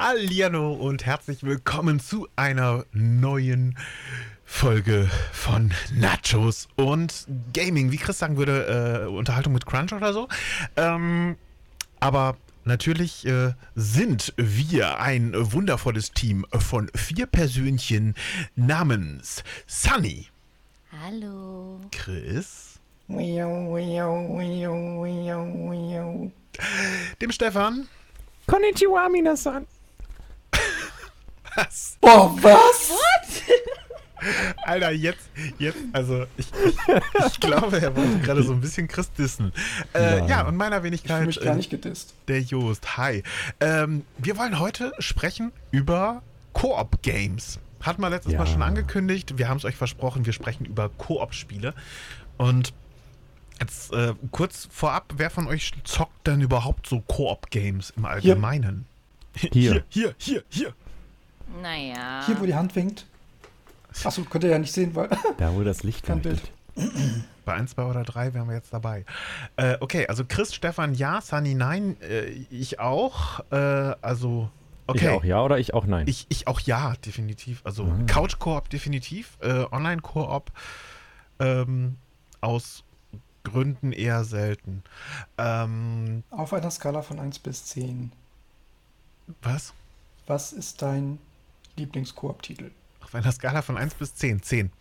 Hallihallo und herzlich willkommen zu einer neuen Folge von Nachos und Gaming. Wie Chris sagen würde, Unterhaltung mit Crunch oder so. Aber natürlich sind wir ein wundervolles Team von 4 Persönchen namens Sunny. Hallo. Chris. Dem Stefan. Konnichiwa, Minasan. Was? Oh, was? What? Alter, jetzt, also ich glaube, er wollte gerade so ein bisschen Chris dissen. Ja, und meiner Wenigkeit. Ich fühle mich gar nicht gedisst. Der Joost, hi. Wir wollen heute sprechen über Koop-Games. Hatten wir letztes Mal schon angekündigt. Wir haben es euch versprochen, wir sprechen über Koop-Spiele. Und jetzt kurz vorab, wer von euch zockt denn überhaupt so Koop-Games im Allgemeinen? Hier. Naja. Hier, wo die Hand winkt. Achso, könnt ihr ja nicht sehen, weil... Da, wo das Licht kein Bild. Bei 1, 2 oder 3 wären wir jetzt dabei. Okay, also Chris, Stefan, ja, Sunny, nein. Ich auch. Also, okay. Ich auch ja oder ich auch nein? Ich auch ja, definitiv. Also Couch-Koop definitiv. Online-Koop aus Gründen eher selten. Auf einer Skala von 1 bis 10. Was? Was ist dein Lieblings-Koop-Titel? Auf einer Skala von 1 bis 10. 10.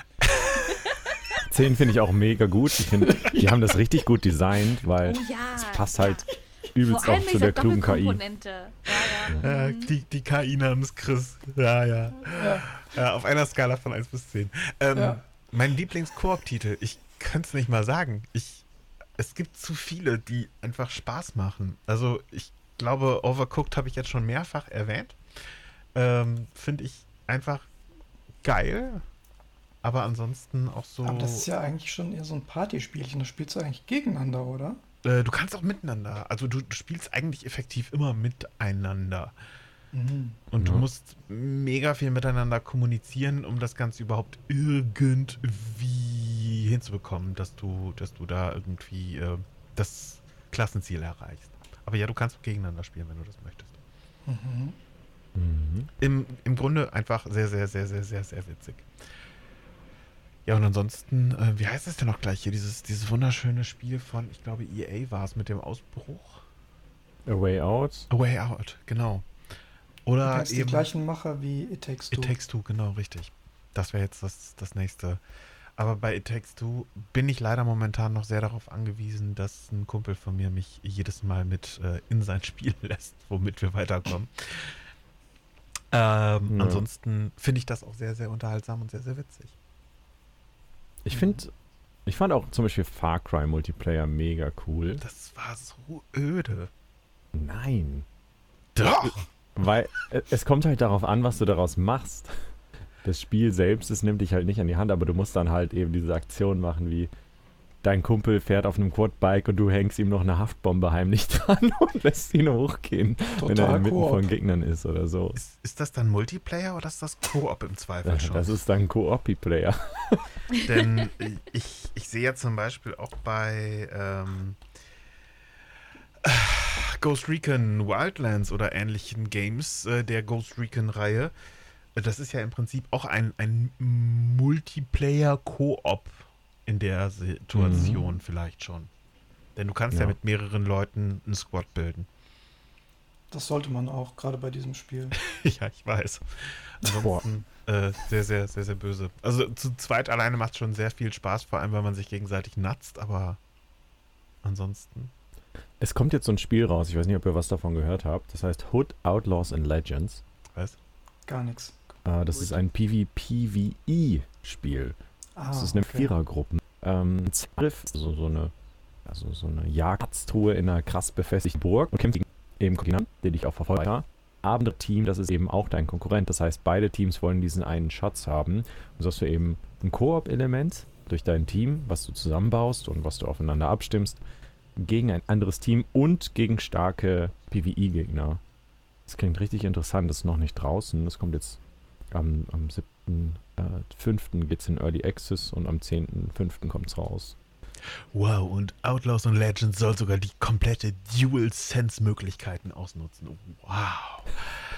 10 finde ich auch mega gut. Ich finde, die haben das richtig gut designt, weil ja, es passt halt übelst vor allem auch zu der klugen KI. Ja. Die KI namens Chris. Ja. Auf einer Skala von 1 bis 10. Mein Lieblings-Koop-Titel, ich könnte es nicht mal sagen. Es gibt zu viele, die einfach Spaß machen. Also ich glaube, Overcooked habe ich jetzt schon mehrfach erwähnt. Finde ich einfach geil. Aber ansonsten auch so... Aber das ist ja eigentlich schon eher so ein Partyspielchen. Das spielst du eigentlich gegeneinander, oder? Du kannst auch miteinander. Also du spielst eigentlich effektiv immer miteinander. Mhm. Und du musst mega viel miteinander kommunizieren, um das Ganze überhaupt irgendwie hinzubekommen, dass du da irgendwie das Klassenziel erreichst. Aber ja, du kannst auch gegeneinander spielen, wenn du das möchtest. Mhm. Im Grunde einfach sehr, sehr, sehr, sehr, sehr, sehr witzig. Ja, und ansonsten, wie heißt es denn noch gleich hier? Dieses wunderschöne Spiel von, ich glaube, EA war es mit dem Ausbruch. A Way Out. A Way Out, genau. Du Oder kennst die gleichen Macher wie It Takes Two. It Takes Two, genau, richtig. Das wäre jetzt das nächste. Aber bei It Takes Two bin ich leider momentan noch sehr darauf angewiesen, dass ein Kumpel von mir mich jedes Mal mit in sein Spiel lässt, womit wir weiterkommen. Ansonsten finde ich das auch sehr, sehr unterhaltsam und sehr, sehr witzig. Ich fand auch zum Beispiel Far Cry Multiplayer mega cool. Das war so öde. Nein. Doch! Weil es kommt halt darauf an, was du daraus machst. Das Spiel selbst, es nimmt dich halt nicht an die Hand, aber du musst dann halt eben diese Aktion machen, wie dein Kumpel fährt auf einem Quadbike und du hängst ihm noch eine Haftbombe heimlich dran und lässt ihn hochgehen, wenn er inmitten von Gegnern ist oder so. Ist das dann Multiplayer oder ist das Koop im Zweifel schon? Das ist dann Koop-Player. Denn ich sehe ja zum Beispiel auch bei Ghost Recon Wildlands oder ähnlichen Games der Ghost Recon-Reihe, das ist ja im Prinzip auch ein Multiplayer-Koop in der Situation vielleicht schon. Denn du kannst ja mit mehreren Leuten einen Squad bilden. Das sollte man auch, gerade bei diesem Spiel. Ja, ich weiß. Ansonsten sehr, sehr, sehr, sehr böse. Also zu zweit alleine macht es schon sehr viel Spaß, vor allem, weil man sich gegenseitig natzt, aber ansonsten... Es kommt jetzt so ein Spiel raus, ich weiß nicht, ob ihr was davon gehört habt. Das heißt Hood, Outlaws and Legends. Was? Gar nichts. Das ist ein PvPvE-Spiel. Das ist eine Vierergruppe. So eine Jagdstruhe in einer krass befestigten Burg und kämpft gegen Kontinent, den dich auch verfolgt. Abendteam, das ist eben auch dein Konkurrent. Das heißt, beide Teams wollen diesen einen Schatz haben. Und so hast du eben ein Koop-Element durch dein Team, was du zusammenbaust und was du aufeinander abstimmst, gegen ein anderes Team und gegen starke PvE-Gegner. Das klingt richtig interessant, das ist noch nicht draußen. Das kommt jetzt am 7.5. geht es in Early Access und am 10.5. kommt es raus. Wow, und Outlaws und Legends soll sogar die komplette Dual-Sense-Möglichkeiten ausnutzen. Wow.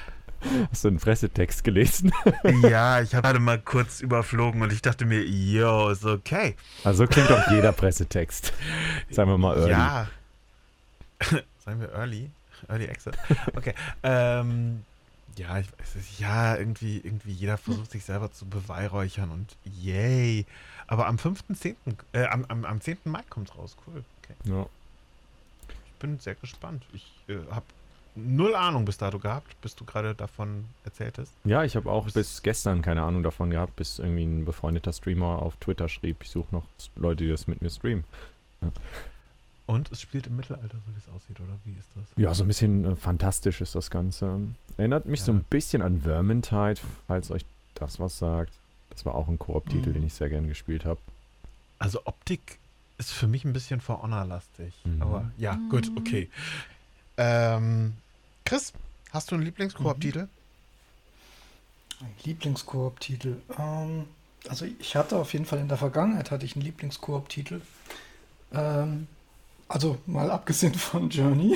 Hast du einen Pressetext gelesen? Ja, ich habe gerade mal kurz überflogen und ich dachte mir, yo, ist okay. Also so klingt auch jeder Pressetext. Sagen wir mal early. Ja. Sagen wir early? Early Exit. Okay. Ja, ich weiß es. Ja, irgendwie jeder versucht sich selber zu beweihräuchern und yay. Aber am 5.10., am 10. Mai kommt raus. Cool. Okay. Ja. Ich bin sehr gespannt. Ich habe null Ahnung bis dato gehabt, bis du gerade davon erzählt hast. Ja, ich habe auch bis gestern keine Ahnung davon gehabt, bis irgendwie ein befreundeter Streamer auf Twitter schrieb, ich suche noch Leute, die das mit mir streamen. Ja. Und es spielt im Mittelalter, so wie es aussieht, oder wie ist das? Ja, so ein bisschen fantastisch ist das Ganze. Erinnert mich so ein bisschen an Vermintide, falls euch das was sagt. Das war auch ein Koop-Titel, den ich sehr gern gespielt habe. Also Optik ist für mich ein bisschen For Honor-lastig. Aber ja, gut, okay. Chris, hast du einen Lieblings-Koop-Titel? Ein Lieblings-Koop-Titel. Also ich hatte auf jeden Fall in der Vergangenheit einen Lieblings-Koop-Titel. Also mal abgesehen von Journey.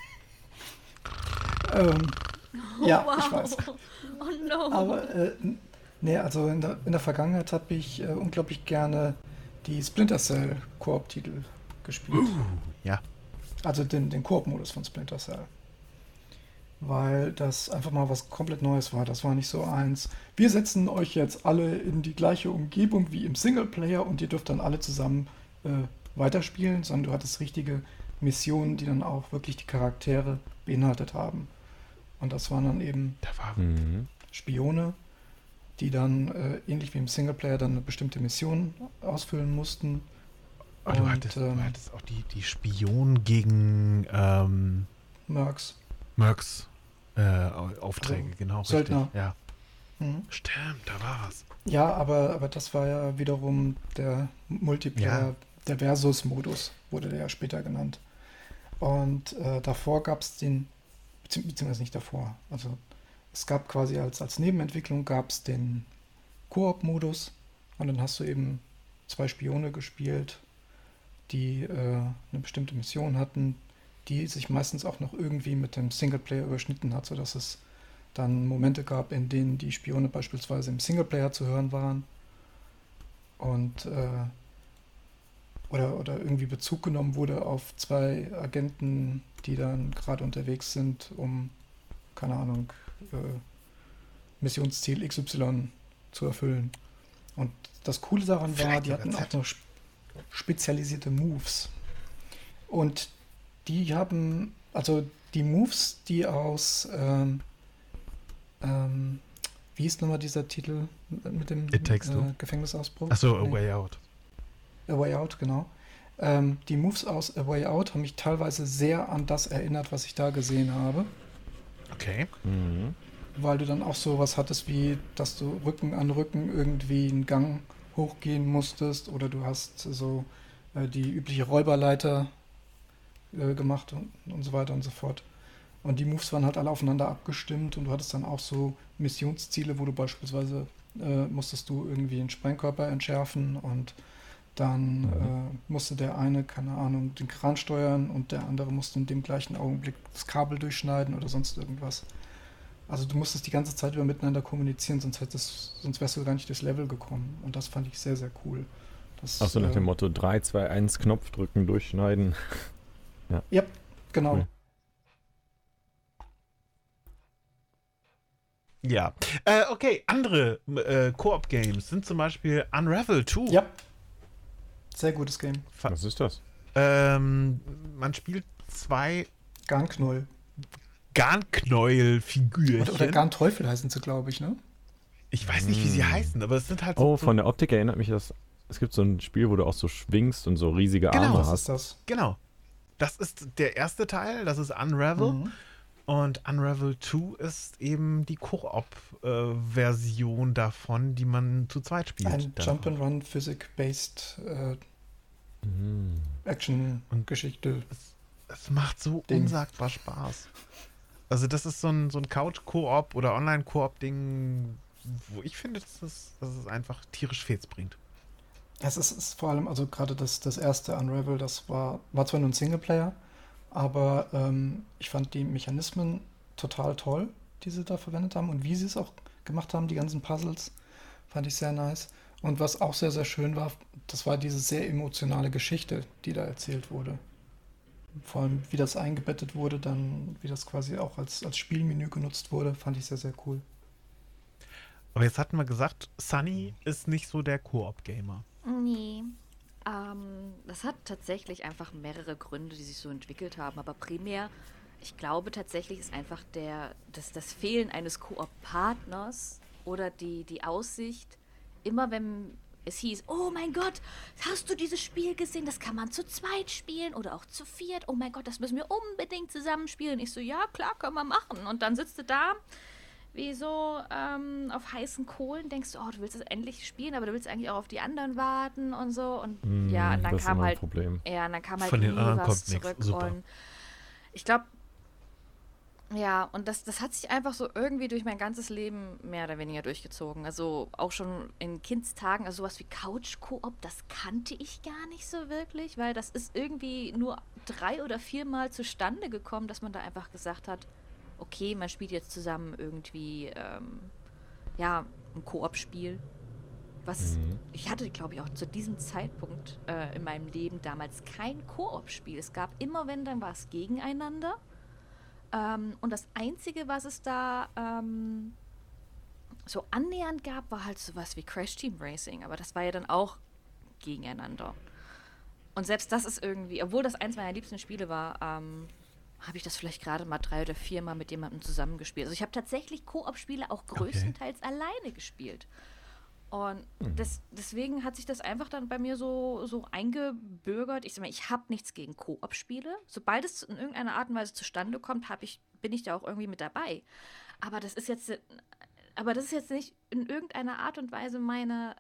Ja, wow. ich weiß. Oh no. Aber nee, also in der Vergangenheit habe ich unglaublich gerne die Splinter Cell Koop-Titel gespielt. Ja. Also den Koop-Modus von Splinter Cell. Weil das einfach mal was komplett Neues war. Das war nicht so eins, wir setzen euch jetzt alle in die gleiche Umgebung wie im Singleplayer und ihr dürft dann alle zusammen weiterspielen, sondern du hattest richtige Missionen, die dann auch wirklich die Charaktere beinhaltet haben. Und das waren dann eben Spione, die dann ähnlich wie im Singleplayer dann eine bestimmte Mission ausfüllen mussten. Oh, du hattest auch die Spion gegen Mercs. Aufträge, Also, genau. Söldner. Richtig. Ja. Mhm. Stimmt, da war was. Ja, aber das war ja wiederum der Multiplayer, der Versus-Modus, wurde der ja später genannt. Und davor gab es beziehungsweise nicht davor, also es gab quasi als Nebenentwicklung gab es den Koop-Modus und dann hast du eben 2 Spione gespielt, die eine bestimmte Mission hatten, die sich meistens auch noch irgendwie mit dem Singleplayer überschnitten hat, sodass es dann Momente gab, in denen die Spione beispielsweise im Singleplayer zu hören waren und oder irgendwie Bezug genommen wurde auf 2 Agenten, die dann gerade unterwegs sind, um, keine Ahnung, Missionsziel XY zu erfüllen. Und das Coole daran war, die hatten auch noch spezialisierte Moves. Und die haben, also die Moves, die aus wie hieß nochmal dieser Titel mit dem Gefängnisausbruch? Achso, A Way Out. A Way Out, genau. Die Moves aus A Way Out haben mich teilweise sehr an das erinnert, was ich da gesehen habe. Okay. Weil du dann auch sowas hattest wie, dass du Rücken an Rücken irgendwie einen Gang hochgehen musstest oder du hast so die übliche Räuberleiter gemacht und so weiter und so fort. Und die Moves waren halt alle aufeinander abgestimmt und du hattest dann auch so Missionsziele, wo du beispielsweise musstest du irgendwie einen Sprengkörper entschärfen und dann musste der eine, keine Ahnung, den Kran steuern und der andere musste in dem gleichen Augenblick das Kabel durchschneiden oder sonst irgendwas. Also du musstest die ganze Zeit über miteinander kommunizieren, sonst wärst du gar nicht durchs Level gekommen. Und das fand ich sehr, sehr cool. Achso, nach dem Motto 3, 2, 1, Knopf drücken, durchschneiden. Ja, genau. Cool. Ja. Okay, andere Koop-Games sind zum Beispiel Unravel 2. Ja. Sehr gutes Game. Was ist das? Man spielt 2 Garnknäuel-Figürchen. Oder Garnteufel heißen sie, glaube ich, ne? Ich weiß nicht, wie sie heißen, aber es sind halt so... Oh, von der Optik erinnert mich das... Es gibt so ein Spiel, wo du auch so schwingst und so riesige Arme hast. Was ist das? Genau. Das ist der erste Teil, das ist Unravel. Und Unravel 2 ist eben die Koop-Version davon, die man zu zweit spielt. Ein Jump-and-Run Physic-based Action-Geschichte. Es macht so unsagbar Spaß. Also das ist so ein Couch-Koop oder Online-Koop-Ding, wo ich finde, dass es einfach tierisch Fets bringt. Es ist vor allem, also gerade das erste Unravel, das war zwar nur ein Singleplayer, aber ich fand die Mechanismen total toll die sie da verwendet haben und wie sie es auch gemacht haben, die ganzen Puzzles, fand ich sehr nice. Und was auch sehr, sehr schön war, das war diese sehr emotionale Geschichte, die da erzählt wurde. Vor allem, wie das eingebettet wurde, dann, wie das quasi auch als Spielmenü genutzt wurde, fand ich sehr, sehr cool. Aber jetzt hatten wir gesagt, Sunny ist nicht so der Koop-Gamer. Nee. Das hat tatsächlich einfach mehrere Gründe, die sich so entwickelt haben. Aber primär, ich glaube tatsächlich, ist einfach das Fehlen eines Koop-Partners oder die Aussicht, immer wenn es hieß, oh mein Gott, hast du dieses Spiel gesehen? Das kann man zu zweit spielen oder auch zu viert. Oh mein Gott, das müssen wir unbedingt zusammenspielen. Ich so, ja klar, können wir machen. Und dann sitzt du da wie so auf heißen Kohlen, denkst du, oh, du willst es endlich spielen, aber du willst eigentlich auch auf die anderen warten und so. Und ja, und dann das ist kam immer ein halt, Problem. ja, und dann kam halt Von den nie anderen was kommt nichts. zurück. Super. Und ich glaube, ja, und das hat sich einfach so irgendwie durch mein ganzes Leben mehr oder weniger durchgezogen. Also auch schon in Kindstagen, also sowas wie Couch-Koop, das kannte ich gar nicht so wirklich, weil das ist irgendwie nur 3 oder 4 Mal zustande gekommen, dass man da einfach gesagt hat, okay, man spielt jetzt zusammen irgendwie, ja, ein Koop-Spiel. Ich hatte, glaube ich, auch zu diesem Zeitpunkt in meinem Leben damals kein Koop-Spiel. Es gab immer, wenn, dann war es gegeneinander. Und das Einzige, was es da so annähernd gab, war halt sowas wie Crash Team Racing. Aber das war ja dann auch gegeneinander. Und selbst das ist irgendwie, obwohl das eins meiner liebsten Spiele war, habe ich das vielleicht gerade mal 3 oder 4 Mal mit jemandem zusammengespielt. Also ich habe tatsächlich Koop-Spiele auch größtenteils alleine gespielt. Und deswegen hat sich das einfach dann bei mir so eingebürgert. Ich sag mal, ich habe nichts gegen Koop-Spiele. Sobald es in irgendeiner Art und Weise zustande kommt, bin ich da auch irgendwie mit dabei. Aber das ist jetzt nicht in irgendeiner Art und Weise meine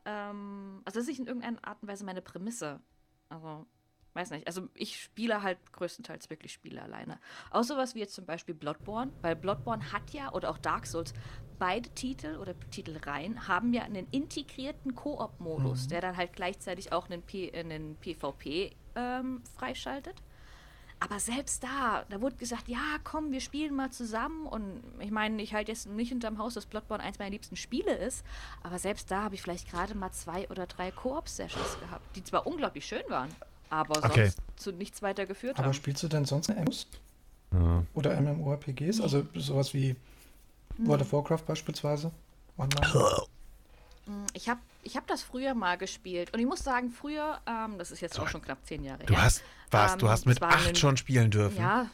Prämisse. Also, weiß nicht. Also ich spiele halt größtenteils wirklich Spiele alleine. Auch sowas wie jetzt zum Beispiel Bloodborne, weil Bloodborne hat ja, oder auch Dark Souls, beide Titel oder Titelreihen haben ja einen integrierten Koop-Modus, der dann halt gleichzeitig auch einen PvP freischaltet. Aber selbst da wurde gesagt, ja, komm, wir spielen mal zusammen. Und ich meine, ich halte jetzt nicht hinterm Haus, dass Bloodborne eins meiner liebsten Spiele ist. Aber selbst da habe ich vielleicht gerade mal 2 oder 3 Koop-Sessions gehabt, die zwar unglaublich schön waren, aber sonst zu nichts weiter geführt haben. Aber spielst du denn sonst MMOs? Ja. Oder MMORPGs? Also sowas wie World of Warcraft beispielsweise? Online? Ich hab das früher mal gespielt. Und ich muss sagen, früher, das ist jetzt auch schon knapp 10 Jahre Du her. hast mit 8 schon spielen dürfen. Ja.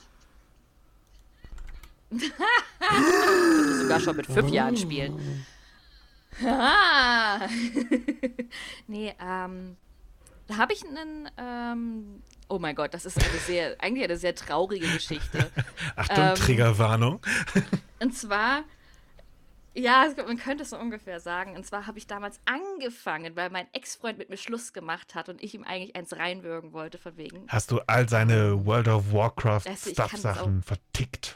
Ich durfte sogar schon mit 5 Jahren spielen. Nee, da habe ich einen, oh mein Gott, das ist eigentlich eine sehr traurige Geschichte. Achtung, Triggerwarnung. Und zwar, ja, man könnte es so ungefähr sagen. Und zwar habe ich damals angefangen, weil mein Ex-Freund mit mir Schluss gemacht hat und ich ihm eigentlich eins reinwürgen wollte, von wegen. Hast du all seine World of Warcraft Also ich Stuff-Sachen vertickt?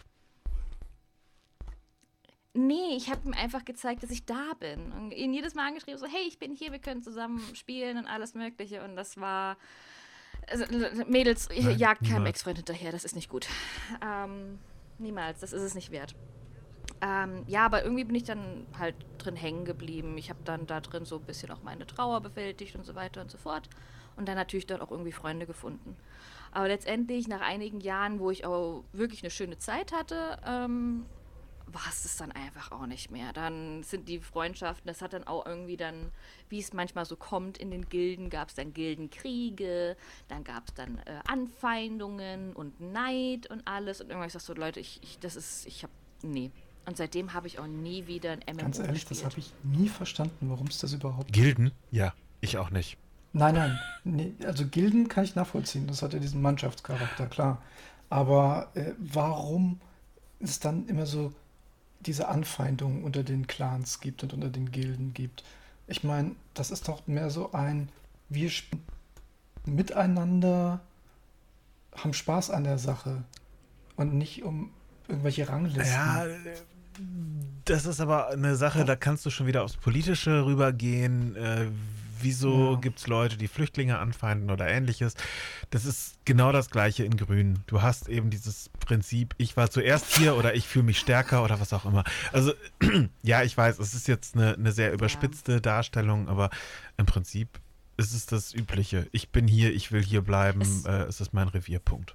Nee, ich habe ihm einfach gezeigt, dass ich da bin. Und ihn jedes Mal angeschrieben, so, hey, ich bin hier, wir können zusammen spielen und alles Mögliche. Und das war, also, Mädels, jagt keinem Ex-Freund hinterher, das ist nicht gut. Niemals, das ist es nicht wert. Ja, aber irgendwie bin ich dann halt drin hängen geblieben. Ich habe dann da drin so ein bisschen auch meine Trauer bewältigt und so weiter und so fort. Und dann natürlich dort auch irgendwie Freunde gefunden. Aber letztendlich, nach einigen Jahren, wo ich auch wirklich eine schöne Zeit hatte, war es das dann einfach auch nicht mehr. Dann sind die Freundschaften, das hat dann auch irgendwie dann, wie es manchmal so kommt in den Gilden, gab es dann Gildenkriege, dann gab es dann Anfeindungen und Neid und alles. Und irgendwann ich sag so, Leute, nee. Und seitdem habe ich auch nie wieder ein MMO Ganz ehrlich, gespielt. das habe ich nie verstanden, warum es das überhaupt gibt. Gilden? Ja, ich auch nicht. Nein. Nee, also Gilden kann ich nachvollziehen. Das hat ja diesen Mannschaftscharakter, klar. Aber warum es dann immer so diese Anfeindungen unter den Clans gibt und unter den Gilden gibt? Ich meine, das ist doch mehr so wir spielen miteinander, haben Spaß an der Sache und nicht um irgendwelche Ranglisten. Ja, das ist aber eine Sache, da kannst du schon wieder aufs Politische rübergehen. wieso gibt es Leute, die Flüchtlinge anfeinden oder ähnliches. Das ist genau das Gleiche in Grün. Du hast eben dieses Prinzip, ich war zuerst hier oder ich fühle mich stärker oder was auch immer. Also ja, ich weiß, es ist jetzt eine sehr überspitzte Darstellung, aber im Prinzip ist es das Übliche. Ich bin hier, ich will hier bleiben, es ist mein Revierpunkt.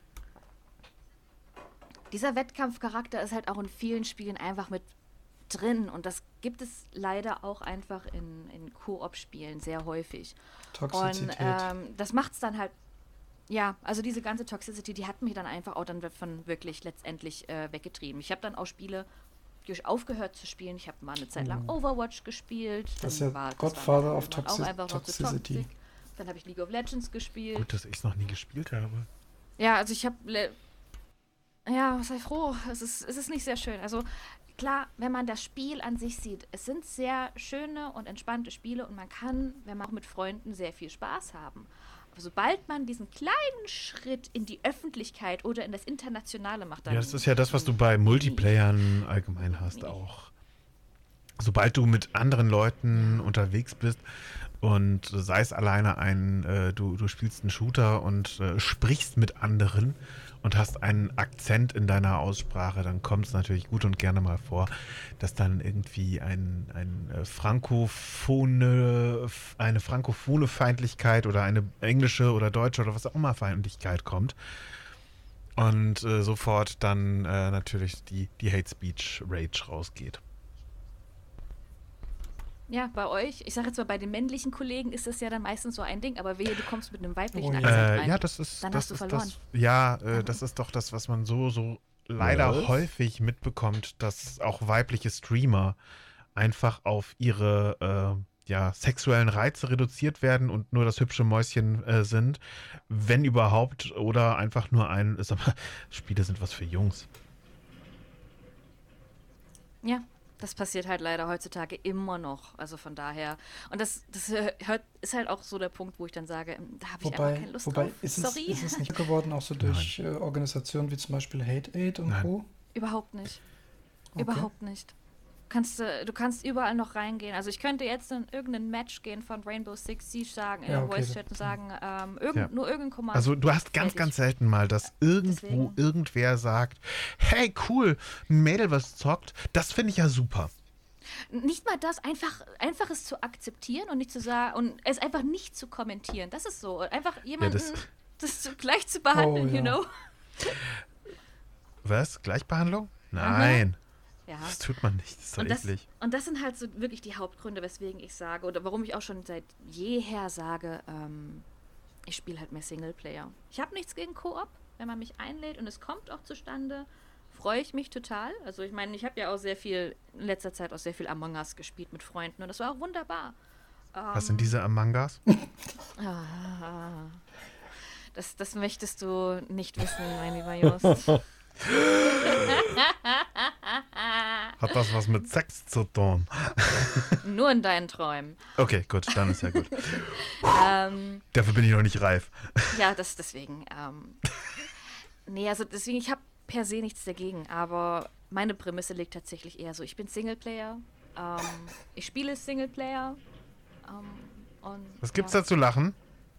Dieser Wettkampfcharakter ist halt auch in vielen Spielen einfach mit drin und das gibt es leider auch einfach in Koop-Spielen sehr häufig. Toxizität. Und das macht es dann halt, ja, also diese ganze Toxicity, die hat mich dann einfach auch dann von wirklich letztendlich weggetrieben. Ich habe dann auch Spiele aufgehört zu spielen. Ich habe mal eine Zeit lang Overwatch gespielt. Das ist ja Godfather of Toxicity. Dann habe ich League of Legends gespielt. Gut, dass ich es noch nie gespielt habe. Ja, also ich habe ja, sei froh. Es ist nicht sehr schön. Also klar, wenn man das Spiel an sich sieht, es sind sehr schöne und entspannte Spiele und man kann, wenn man auch mit Freunden, sehr viel Spaß haben. Aber sobald man diesen kleinen Schritt in die Öffentlichkeit oder in das Internationale macht, dann... Ja, das ist ja das, was du bei Multiplayern allgemein hast auch. Sobald du mit anderen Leuten unterwegs bist und sei es alleine du spielst einen Shooter und sprichst mit anderen und hast einen Akzent in deiner Aussprache, dann kommt es natürlich gut und gerne mal vor, dass dann irgendwie eine frankophone Feindlichkeit oder eine englische oder deutsche oder was auch immer Feindlichkeit kommt. Und sofort dann natürlich die Hate Speech Rage rausgeht. Ja, bei euch, ich sage jetzt mal, bei den männlichen Kollegen ist das ja dann meistens so ein Ding, aber wehe, du kommst mit einem weiblichen Akzent rein. Ja, das ist, dann das hast du ist verloren. das ist doch das, was man so leider häufig mitbekommt, dass auch weibliche Streamer einfach auf ihre sexuellen Reize reduziert werden und nur das hübsche Mäuschen sind, wenn überhaupt, oder einfach nur Spiele sind was für Jungs. Ja. Das passiert halt leider heutzutage immer noch. Also von daher. Und das ist halt auch so der Punkt, wo ich dann sage, da habe ich einfach keine Lust drauf. Sorry. Ist es nicht geworden, auch so durch Organisationen wie zum Beispiel Hate Aid und Co.? Überhaupt nicht. Okay. Überhaupt nicht. Du kannst überall noch reingehen. Also ich könnte jetzt in irgendein Match gehen von Rainbow Six Siege sagen, Voice Chat und sagen, nur irgendein Command. Also du hast ganz selten mal, dass irgendwer sagt, hey cool, ein Mädel, was zockt, das finde ich ja super. Nicht mal das, einfach es zu akzeptieren und nicht zu sagen, und es einfach nicht zu kommentieren. Das ist so. Einfach jemanden das gleich zu behandeln, you know? Was? Gleichbehandlung? Nein. Aha. Ja. Das tut man nicht, das ist doch eklig. Und das sind halt so wirklich die Hauptgründe, weswegen ich sage, oder warum ich auch schon seit jeher sage, ich spiele halt mehr Singleplayer. Ich habe nichts gegen Koop, wenn man mich einlädt und es kommt auch zustande, freue ich mich total. Also ich meine, ich habe ja auch in letzter Zeit auch sehr viel Among Us gespielt mit Freunden und das war auch wunderbar. Was sind diese Among Us? Das möchtest du nicht wissen, mein lieber Just. Hat das was mit Sex zu tun? Nur in deinen Träumen. Okay, gut, dann ist ja gut. Dafür bin ich noch nicht reif. Ja, deswegen. Deswegen, ich habe per se nichts dagegen, aber meine Prämisse liegt tatsächlich eher so, ich bin Singleplayer, ich spiele Singleplayer. Was gibt's da zu lachen?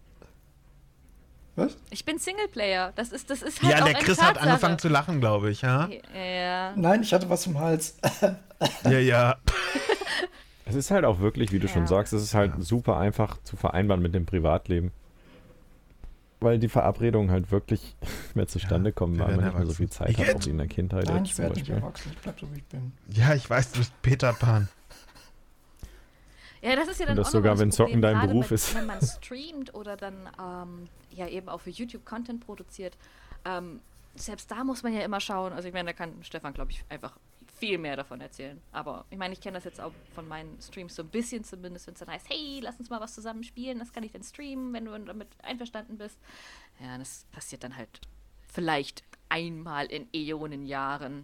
Was? Ich bin Singleplayer. Das ist halt ja, auch der Chris hat angefangen zu lachen, glaube ich, ja? Ja. Nein, ich hatte was im Hals. Ja. Es ist halt auch wirklich, wie du schon sagst, es ist halt super einfach zu vereinbaren mit dem Privatleben. Weil die Verabredungen halt wirklich mehr zustande kommen, weil man nicht mehr so viel Zeit hat, auch wie in der Kindheit. Nein, ich werde nicht erwachsen, ich bleib so, wie ich bin. Ja, ich weiß, du bist Peter Pan. Ja, das ist ja dann und das auch sogar, noch wenn das Zocken Problem, dein Beruf ist. Wenn man streamt oder dann eben auch für YouTube Content produziert, selbst da muss man ja immer schauen, also ich meine, da kann Stefan, glaube ich, einfach viel mehr davon erzählen. Aber ich meine, ich kenne das jetzt auch von meinen Streams so ein bisschen zumindest, wenn es dann heißt, hey, lass uns mal was zusammen spielen, das kann ich dann streamen, wenn du damit einverstanden bist. Ja, das passiert dann halt vielleicht einmal in Äonenjahren.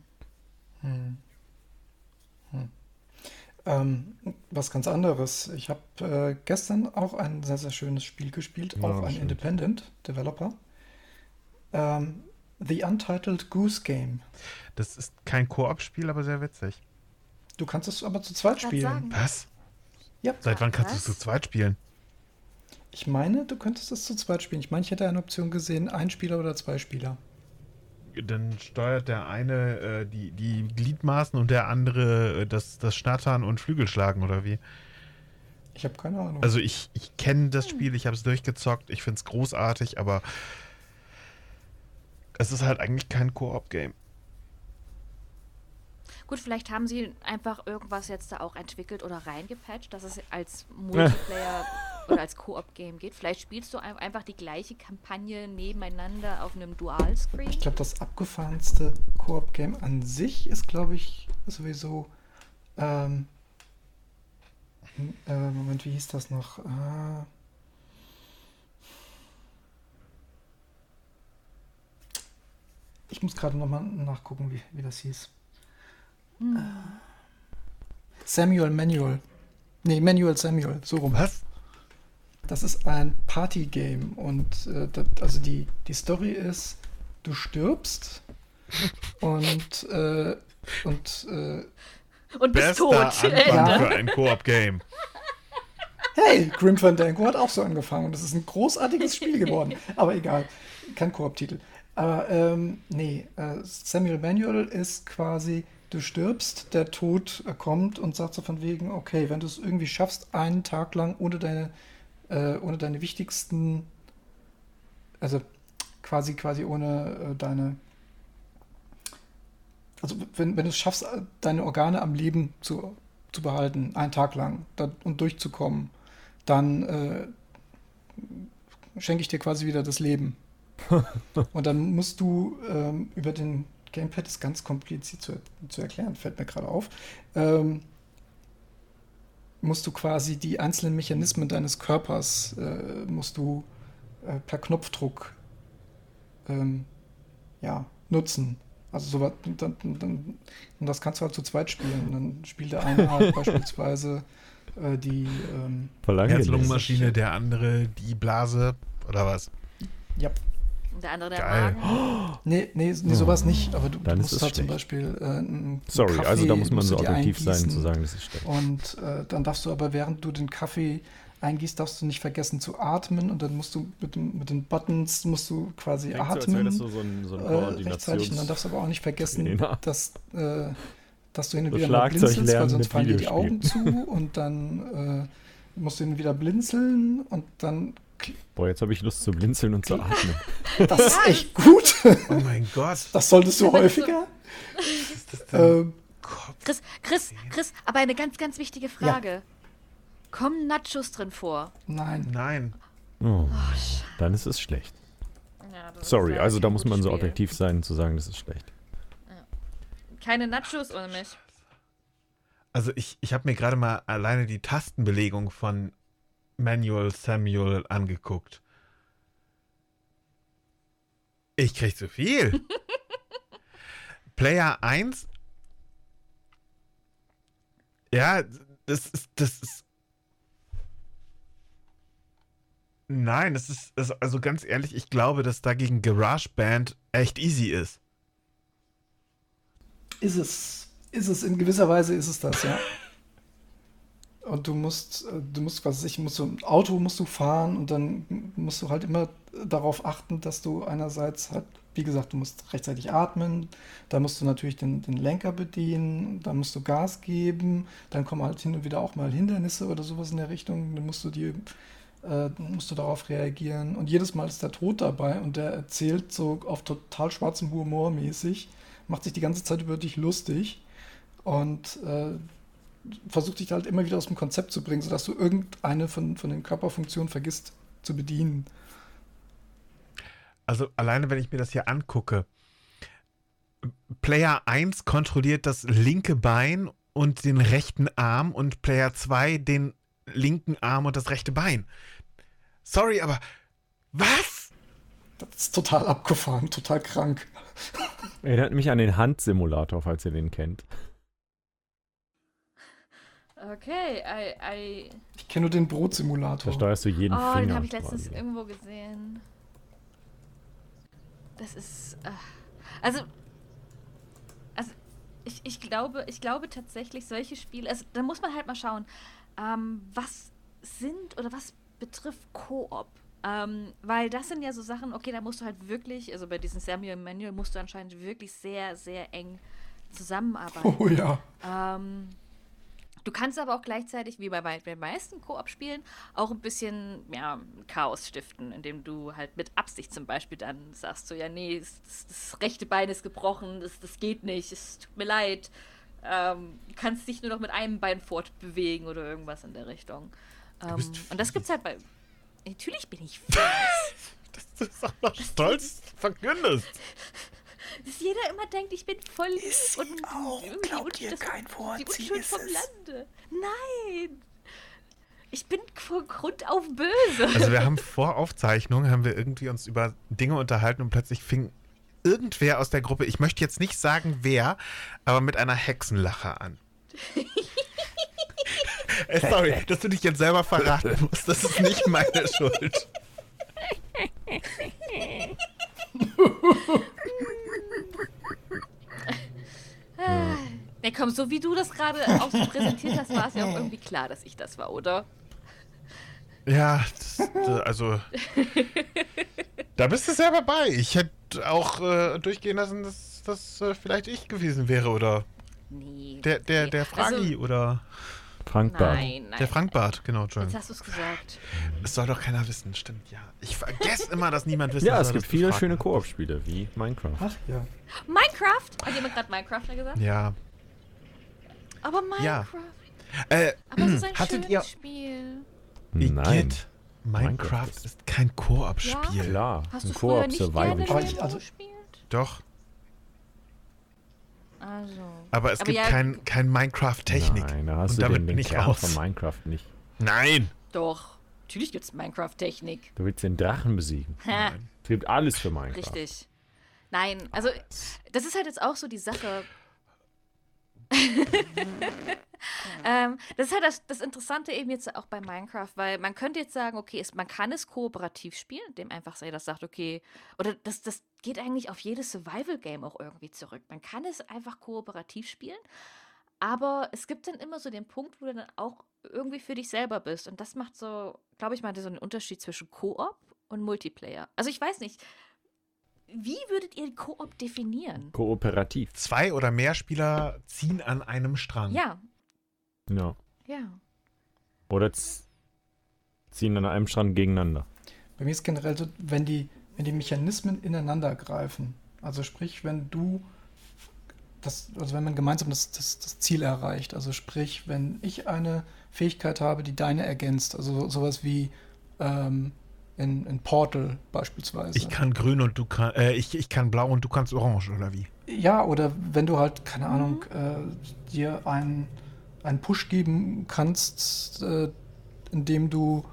Was ganz anderes. Ich habe gestern auch ein sehr, sehr schönes Spiel gespielt, auch ein Independent Developer. The Untitled Goose Game. Das ist kein Koop-Spiel, aber sehr witzig. Du kannst es aber zu zweit spielen. Was? Ja. Seit wann kannst du es zu zweit spielen? Ich meine, du könntest das zu zweit spielen. Ich meine, ich hätte eine Option gesehen, 1 Spieler oder 2 Spieler. Dann steuert der eine die Gliedmaßen und der andere das Schnattern und Flügelschlagen, oder wie? Ich habe keine Ahnung. Also ich kenne das Spiel, ich habe es durchgezockt, ich finde es großartig, aber es ist halt eigentlich kein Koop-Game. Gut, vielleicht haben sie einfach irgendwas jetzt da auch entwickelt oder reingepatcht, dass es als Multiplayer oder als Koop-Game geht. Vielleicht spielst du einfach die gleiche Kampagne nebeneinander auf einem Dual-Screen. Ich glaube, das abgefahrenste Koop-Game an sich ist, glaube ich, sowieso Moment, wie hieß das noch? Ich muss gerade nochmal nachgucken, wie das hieß. Manual, so rum. Was? Das ist ein Party-Game und also die Story ist, du stirbst und bist tot. Anfang für ein Koop-Game. Hey, Grim Fandango hat auch so angefangen und das ist ein großartiges Spiel geworden. Aber egal, kein Koop-Titel. Aber Samuel Manual ist quasi, du stirbst, der Tod kommt und sagt so von wegen, okay, wenn du es irgendwie schaffst, einen Tag lang ohne deine wichtigsten, also quasi ohne deine, also wenn du es schaffst, deine Organe am Leben zu behalten, einen Tag lang und durchzukommen, dann schenke ich dir quasi wieder das Leben. Und dann musst du über den Gamepad, ist ganz kompliziert zu erklären, fällt mir gerade auf, musst du quasi die einzelnen Mechanismen deines Körpers musst du per Knopfdruck nutzen. Also sowas, und das kannst du halt zu zweit spielen. Dann spielt der eine halt beispielsweise die Herz-Lungen-Maschine, der andere die Blase oder was? Ja. Der andere der Geil. Magen. Nee, sowas nicht. Aber du Dann musst ist es halt zum schlecht. Beispiel Sorry, Kaffee, also da muss man musst so du dir objektiv sein, eingießen. zu sagen, das ist schlecht. Und dann darfst du aber, während du den Kaffee eingießt, darfst du nicht vergessen zu atmen und dann musst du mit den Buttons musst du quasi Klingt atmen. so, als wäre das so ein rechtzeitig. Und dann darfst du aber auch nicht vergessen, Trainer. dass du hin und So wieder mal Schlagzeug blinzelst, weil lernen sonst mit fallen dir die Augen Videospielen. zu und dann musst du hin und wieder blinzeln und dann Boah, jetzt habe ich Lust zu blinzeln und zu atmen. das ist echt gut. Oh mein Gott. Das solltest du häufiger. Was ist das denn? Chris, aber eine ganz, ganz wichtige Frage. Kommen Nachos drin vor? Nein. Oh, dann ist es schlecht. Ja, das Sorry, ist also da kein muss man gutes so Spiel. objektiv sein, zu sagen, das ist schlecht. Keine Nachos ohne mich. Also ich habe mir gerade mal alleine die Tastenbelegung von Samuel angeguckt. Ich krieg zu viel. Player 1. Ja, das ist. Nein, das ist also ganz ehrlich, ich glaube, dass dagegen GarageBand echt easy ist. Ist es, in gewisser Weise ist es das, ja. Und du musst, was weiß ich, ein Auto musst du fahren und dann musst du halt immer darauf achten, dass du einerseits halt, wie gesagt, du musst rechtzeitig atmen, da musst du natürlich den Lenker bedienen, dann musst du Gas geben, dann kommen halt hin und wieder auch mal Hindernisse oder sowas in der Richtung, dann musst du darauf reagieren und jedes Mal ist der Tod dabei und der erzählt so auf total schwarzem Humor mäßig, macht sich die ganze Zeit über dich lustig und versucht dich halt immer wieder aus dem Konzept zu bringen, sodass du irgendeine von den Körperfunktionen vergisst zu bedienen. Also alleine, wenn ich mir das hier angucke, Player 1 kontrolliert das linke Bein und den rechten Arm und Player 2 den linken Arm und das rechte Bein. Sorry, aber was? Das ist total abgefahren, total krank. Erinnert mich an den Handsimulator, falls ihr den kennt. Okay, Ich kenne nur den Da Brotsimulator. steuerst du jeden Finger. den habe ich letztens quasi. irgendwo gesehen. Das ist, also ich glaube tatsächlich solche Spiele, also da muss man halt mal schauen, was betrifft Koop. Weil das sind ja so Sachen, okay, da musst du halt wirklich, also bei diesem Samuel Manual musst du anscheinend wirklich sehr, sehr eng zusammenarbeiten. Oh ja. Du kannst aber auch gleichzeitig, wie bei den meisten Koop-Spielen, auch ein bisschen Chaos stiften, indem du halt mit Absicht zum Beispiel dann sagst, so, ja, nee, das rechte Bein ist gebrochen, das geht nicht, es tut mir leid. Du kannst dich nur noch mit einem Bein fortbewegen oder irgendwas in der Richtung. Und das gibt's halt bei... Natürlich bin ich fies. Das ist auch noch stolz verkündest. Dass jeder immer denkt, ich bin voll lieb und auch. Glaubt ihr kein Wort, die sie Unschuld ist vom es. Lande. Nein. Ich bin von Grund auf böse. Also wir haben vor Aufzeichnung, haben wir irgendwie uns über Dinge unterhalten und plötzlich fing irgendwer aus der Gruppe, ich möchte jetzt nicht sagen wer, aber mit einer Hexenlache an. Sorry, dass du dich jetzt selber verraten musst, das ist nicht meine Schuld. Nee, komm, so wie du das gerade auch so präsentiert hast, war es ja auch irgendwie klar, dass ich das war, oder? Ja, also da bist du selber bei. Ich hätte auch durchgehen lassen, dass das vielleicht ich gewesen wäre, oder Nee. der Fragi, also, oder Frank Bart. Nein. der Frank Bart, genau, Jetzt Entschuldigung. hast du es gesagt. Das soll doch keiner wissen, stimmt, ja. Ich vergesse immer, dass niemand wissen Ja, soll, es gibt dass du viele Fragen schöne hast. Koop-Spiele, wie Minecraft. Ach ja. Minecraft? Hat jemand gerade Minecraft gesagt? Ja. Aber Minecraft. Ja. Aber es ist ein hattet schönes ihr... Spiel. Nein. Igitt, Minecraft ist kein Koop-Spiel. Klar, Hast ein du früher nicht gerne Koop-Survival-Spiel. ich- also- gespielt? Doch, Also. aber es gibt ja, kein Minecraft-Technik. Nein, da hast Und du damit den bin ich Kern raus. von Minecraft nicht. Nein! Doch. Natürlich gibt es Minecraft-Technik. Du willst den Drachen besiegen. Ha, Es gibt alles für Minecraft. richtig. Nein, also das ist halt jetzt auch so die Sache. Das ist halt das Interessante eben jetzt auch bei Minecraft, weil man könnte jetzt sagen, okay, man kann es kooperativ spielen, indem einfach jeder sagt, okay, oder das geht eigentlich auf jedes Survival-Game auch irgendwie zurück. Man kann es einfach kooperativ spielen, aber es gibt dann immer so den Punkt, wo du dann auch irgendwie für dich selber bist. Und das macht so, glaube ich mal, so einen Unterschied zwischen Koop und Multiplayer. Also ich weiß nicht, wie würdet ihr Koop definieren? Kooperativ. 2 oder mehr Spieler ziehen an einem Strang. Ja, Ja. ja. Oder ziehen an einem Strand gegeneinander. Bei mir ist generell so, wenn die Mechanismen ineinander greifen, also sprich, wenn wenn man gemeinsam das Ziel erreicht, also sprich, wenn ich eine Fähigkeit habe, die deine ergänzt, also sowas wie in Portal beispielsweise. Ich kann grün und du kann, ich kann blau und du kannst orange, oder wie? Ja, oder wenn du halt, keine Ahnung, dir einen Push geben kannst, indem du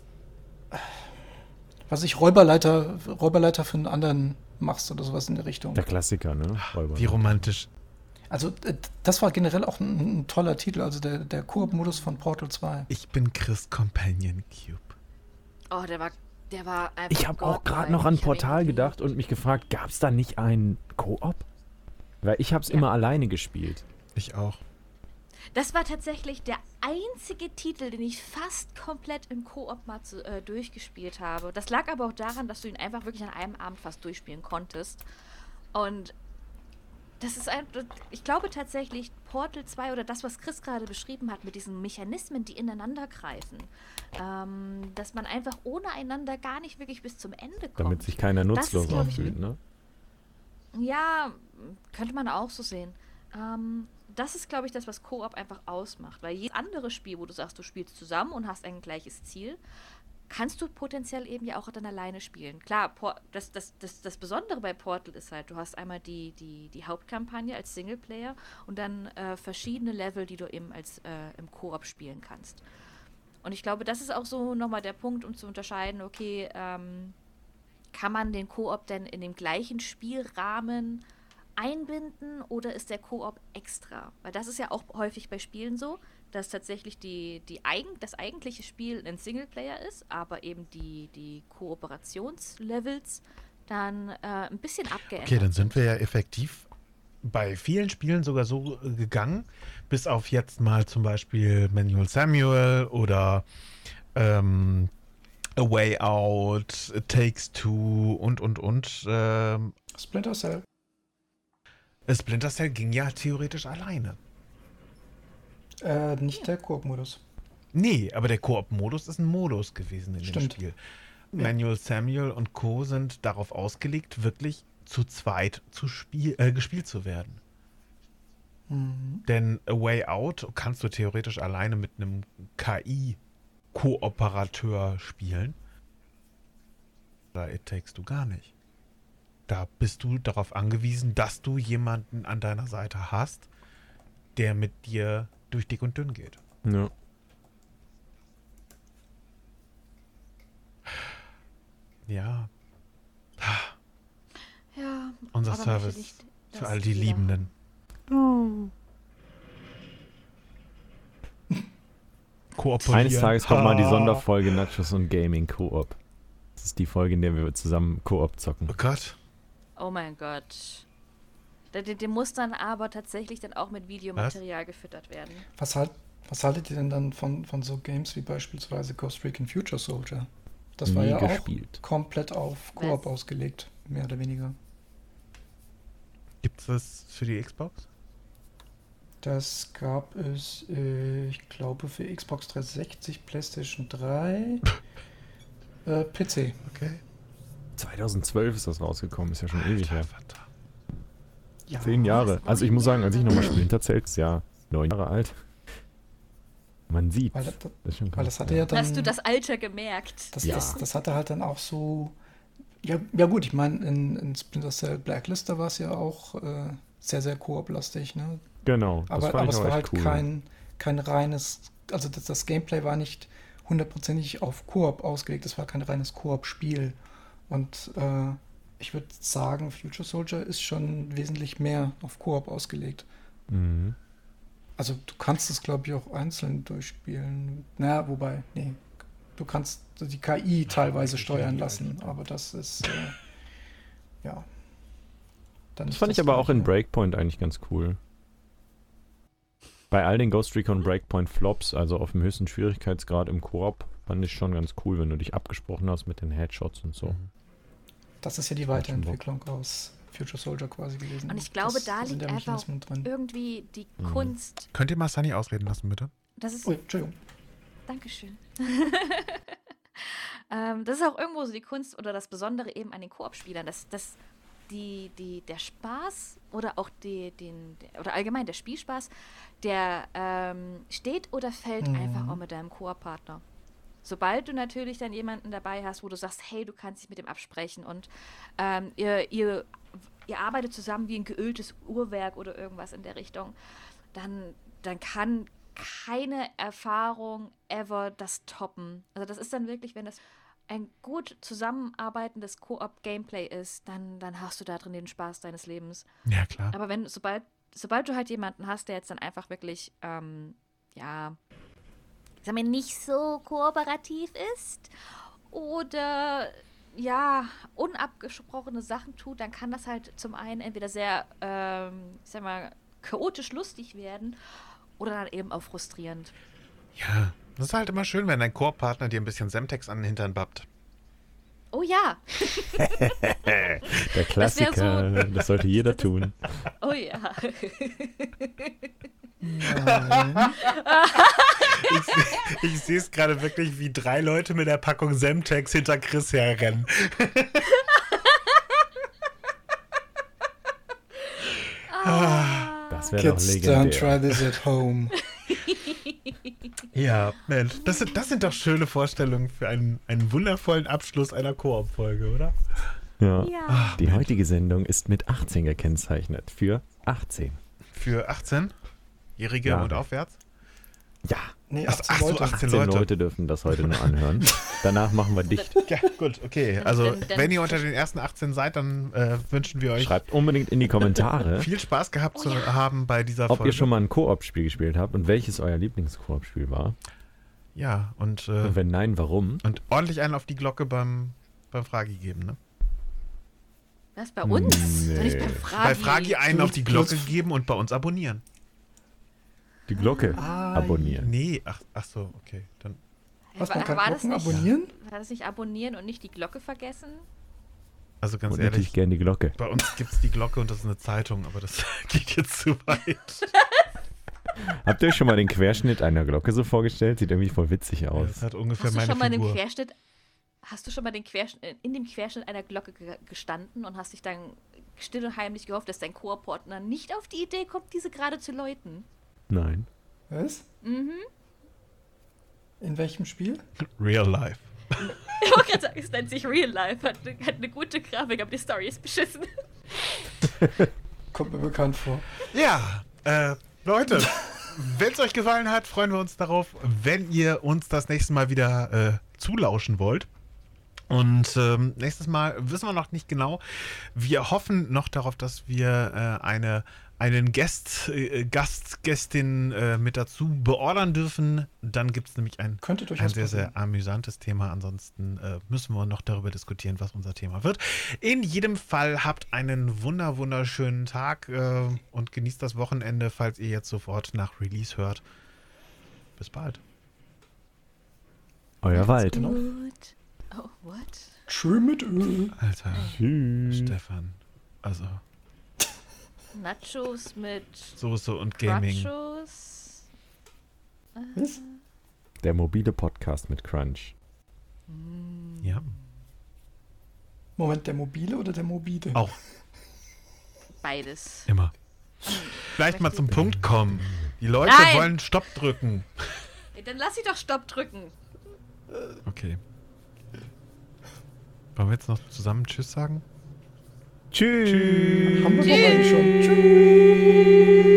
Räuberleiter für einen anderen machst oder sowas in der Richtung. Der Klassiker, ne? Räuber. Wie romantisch. Also das war generell auch ein toller Titel, also der Koop-Modus von Portal 2. Ich bin Chris Companion Cube. Oh, der war einfach Ich habe auch gerade noch an Portal gedacht und mich gefragt, gab es da nicht einen Koop? Weil ich habe es immer alleine gespielt. Ich auch. Das war tatsächlich der einzige Titel, den ich fast komplett im Koop mal durchgespielt habe. Das lag aber auch daran, dass du ihn einfach wirklich an einem Abend fast durchspielen konntest. Und das ist ich glaube tatsächlich, Portal 2 oder das, was Chris gerade beschrieben hat, mit diesen Mechanismen, die ineinander greifen, dass man einfach ohne einander gar nicht wirklich bis zum Ende kommt. Damit sich keiner nutzlos glaub ich, fühlt, ne? Ja, könnte man auch so sehen. Das ist, glaube ich, das, was Koop einfach ausmacht. Weil jedes andere Spiel, wo du sagst, du spielst zusammen und hast ein gleiches Ziel, kannst du potenziell eben ja auch dann alleine spielen. Klar, das Besondere bei Portal ist halt, du hast einmal die Hauptkampagne als Singleplayer und dann verschiedene Level, die du eben im Koop spielen kannst. Und ich glaube, das ist auch so nochmal der Punkt, um zu unterscheiden, okay, kann man den Koop denn in dem gleichen Spielrahmen einbinden oder ist der Koop extra? Weil das ist ja auch häufig bei Spielen so, dass tatsächlich das eigentliche Spiel ein Singleplayer ist, aber eben die Kooperationslevels dann ein bisschen abgeändert. Okay, dann sind wir ja effektiv bei vielen Spielen sogar so gegangen, bis auf jetzt mal zum Beispiel Manual Samuel oder A Way Out, It Takes Two und. Splinter Cell. Splinter Cell ging ja theoretisch alleine. Nicht der Koop-Modus. Nee, aber der Koop-Modus ist ein Modus gewesen in dem Stimmt. Spiel. Ja. Manuel Samuel und Co. sind darauf ausgelegt, wirklich zu zweit gespielt zu werden. Mhm. Denn A Way Out kannst du theoretisch alleine mit einem KI-Kooperateur spielen. Da It Takes Two gar nicht. Da bist du darauf angewiesen, dass du jemanden an deiner Seite hast, der mit dir durch dick und dünn geht. Ja. Ja. Ja. Unser aber Service natürlich für das all die jeder- Liebenden. Kooperieren. Eines Tages kommt mal die Sonderfolge Nachos und Gaming Koop. Das ist die Folge, in der wir zusammen Koop zocken. Oh Gott. Oh mein Gott. Der muss dann aber tatsächlich dann auch mit Videomaterial gefüttert werden. Was haltet ihr denn dann von so Games wie beispielsweise Ghost Recon Future Soldier? Das war Nie ja gespielt. auch komplett auf Koop ausgelegt, mehr oder weniger. Gibt es das für die Xbox? Das gab es, ich glaube, für Xbox 360, PlayStation 3, PC. Okay. 2012 ist das rausgekommen, ist ja schon ewig her. Vater. Ja, 10 Jahre. Also ich muss sagen, als ich nochmal Splinter Cell, ist ja 9 Jahre alt. Man sieht. Weil Das ist schon weil krass, das hatte ja dann... Hast du das Alter gemerkt? Das, Ja. das hatte halt dann auch so. Ja gut, ich meine, in Splinter Cell Blacklist, da war es ja auch sehr, sehr koop-lastig, ne? Genau, das Aber fand ich es auch war echt halt cool. kein reines, also das Gameplay war nicht hundertprozentig auf Koop ausgelegt, es war kein reines Koop-Spiel. Und ich würde sagen, Future Soldier ist schon wesentlich mehr auf Koop ausgelegt. Mhm. Also du kannst es, glaube ich, auch einzeln durchspielen. Naja, wobei, nee. Du kannst die KI teilweise steuern lassen, aber das ist, ja. Dann Das ist fand ich aber auch in Gleiche. Breakpoint eigentlich ganz cool. Bei all den Ghost Recon Breakpoint Flops, also auf dem höchsten Schwierigkeitsgrad im Koop, fand ich schon ganz cool, wenn du dich abgesprochen hast mit den Headshots und so. Das ist ja die Macht schon Bock. Weiterentwicklung aus Future Soldier quasi gewesen. Und ich glaube, da sind liegt ja einfach Mechanismen drin. irgendwie die Mhm. Kunst. Könnt ihr mal Sunny ausreden lassen, bitte? Das ist. Ui, Entschuldigung. Dankeschön. Das ist auch irgendwo so die Kunst oder das Besondere eben an den Koop-Spielern, dass der Spaß oder auch oder allgemein der Spielspaß, der steht oder fällt einfach auch mit deinem Koop-Partner. Sobald du natürlich dann jemanden dabei hast, wo du sagst, hey, du kannst dich mit dem absprechen und ihr arbeitet zusammen wie ein geöltes Uhrwerk oder irgendwas in der Richtung, dann kann keine Erfahrung ever das toppen. Also das ist dann wirklich, wenn das ein gut zusammenarbeitendes Koop-Gameplay ist, dann hast du da drin den Spaß deines Lebens. Ja, klar. Aber sobald du halt jemanden hast, der jetzt dann einfach wirklich, ich sag mal, nicht so kooperativ ist oder unabgesprochene Sachen tut, dann kann das halt zum einen entweder sehr, ich sag mal, chaotisch lustig werden oder dann eben auch frustrierend. Ja, das ist halt immer schön, wenn dein Koop-Partner dir ein bisschen Semtex an den Hintern babbt. Oh ja, Der Klassiker, das sollte jeder tun. oh ja. Nein. Ich sehe es gerade wirklich, wie 3 Leute mit der Packung Semtex hinter Chris herrennen. Das wäre doch Kids, don't legendär. try this at home. Ja, Mensch, das sind doch schöne Vorstellungen für einen wundervollen Abschluss einer Koop-Folge, oder? Ja. Ja. Die heutige Sendung ist mit 18 gekennzeichnet. Für 18. Für 18-Jährige Ja. und aufwärts? Ja. Nee, Ach 18 so, Leute. 18 18 Leute. Leute dürfen das heute nur anhören. Danach machen wir dicht. Ja, gut, okay. Also, Dann- wenn ihr unter den ersten 18 seid, dann wünschen wir euch Schreibt unbedingt in die Kommentare, viel Spaß gehabt zu haben bei dieser ob Folge. ihr schon mal ein Koop-Spiel gespielt habt und welches euer Lieblings-Koop-Spiel war. Ja, und Und wenn nein, warum? ordentlich einen auf die Glocke beim Fragi geben, ne? Was, bei uns? Nee. Doch nicht bei Fragi. Bei Fragi einen auf die Glocke Plus- geben und bei uns abonnieren. Die Glocke Ah, abonnieren. Nee, ach so, okay. Dann Was, man kann war Glocken das nicht, abonnieren? War das nicht abonnieren und nicht die Glocke vergessen? Also ganz Und ehrlich, natürlich gerne die Glocke. bei uns gibt es die Glocke und das ist eine Zeitung, aber das geht jetzt zu weit. Habt ihr euch schon mal den Querschnitt einer Glocke so vorgestellt? Sieht irgendwie voll witzig aus. Das hat ungefähr Hast du meine schon mal Figur. Hast du schon mal in dem Querschnitt einer Glocke gestanden und hast dich dann still und heimlich gehofft, dass dein Chorpartner nicht auf die Idee kommt, diese gerade zu läuten? Nein. Was? Mhm. In welchem Spiel? Real life. Ich wollte gerade sagen, es nennt sich Real Life, hat eine gute Grafik, aber die Story ist beschissen. Kommt mir bekannt vor. Ja, Leute, wenn es euch gefallen hat, freuen wir uns darauf, wenn ihr uns das nächste Mal wieder zulauschen wollt. Und nächstes Mal wissen wir noch nicht genau. Wir hoffen noch darauf, dass wir einen Gästin mit dazu beordern dürfen. Dann gibt es nämlich ein sehr, sehr amüsantes Thema. Ansonsten müssen wir noch darüber diskutieren, was unser Thema wird. In jedem Fall habt einen wunderschönen Tag und genießt das Wochenende, falls ihr jetzt sofort nach Release hört. Bis bald. Euer Wald. Gut. Oh, what? Schön mit Öl. Alter, Tschüss. Stefan. Also, Nachos mit Soße und Gaming. Nachos. Was? Der mobile Podcast mit Crunch. Ja. Moment, der mobile oder der mobile? Auch Beides. immer. Vielleicht mal zum Punkt kommen. Die Leute Nein. wollen Stopp drücken. Dann lass sie doch Stopp drücken. Okay. Wollen wir jetzt noch zusammen Tschüss sagen? Tschüss. Haben wir doch eigentlich schon. Tschüss.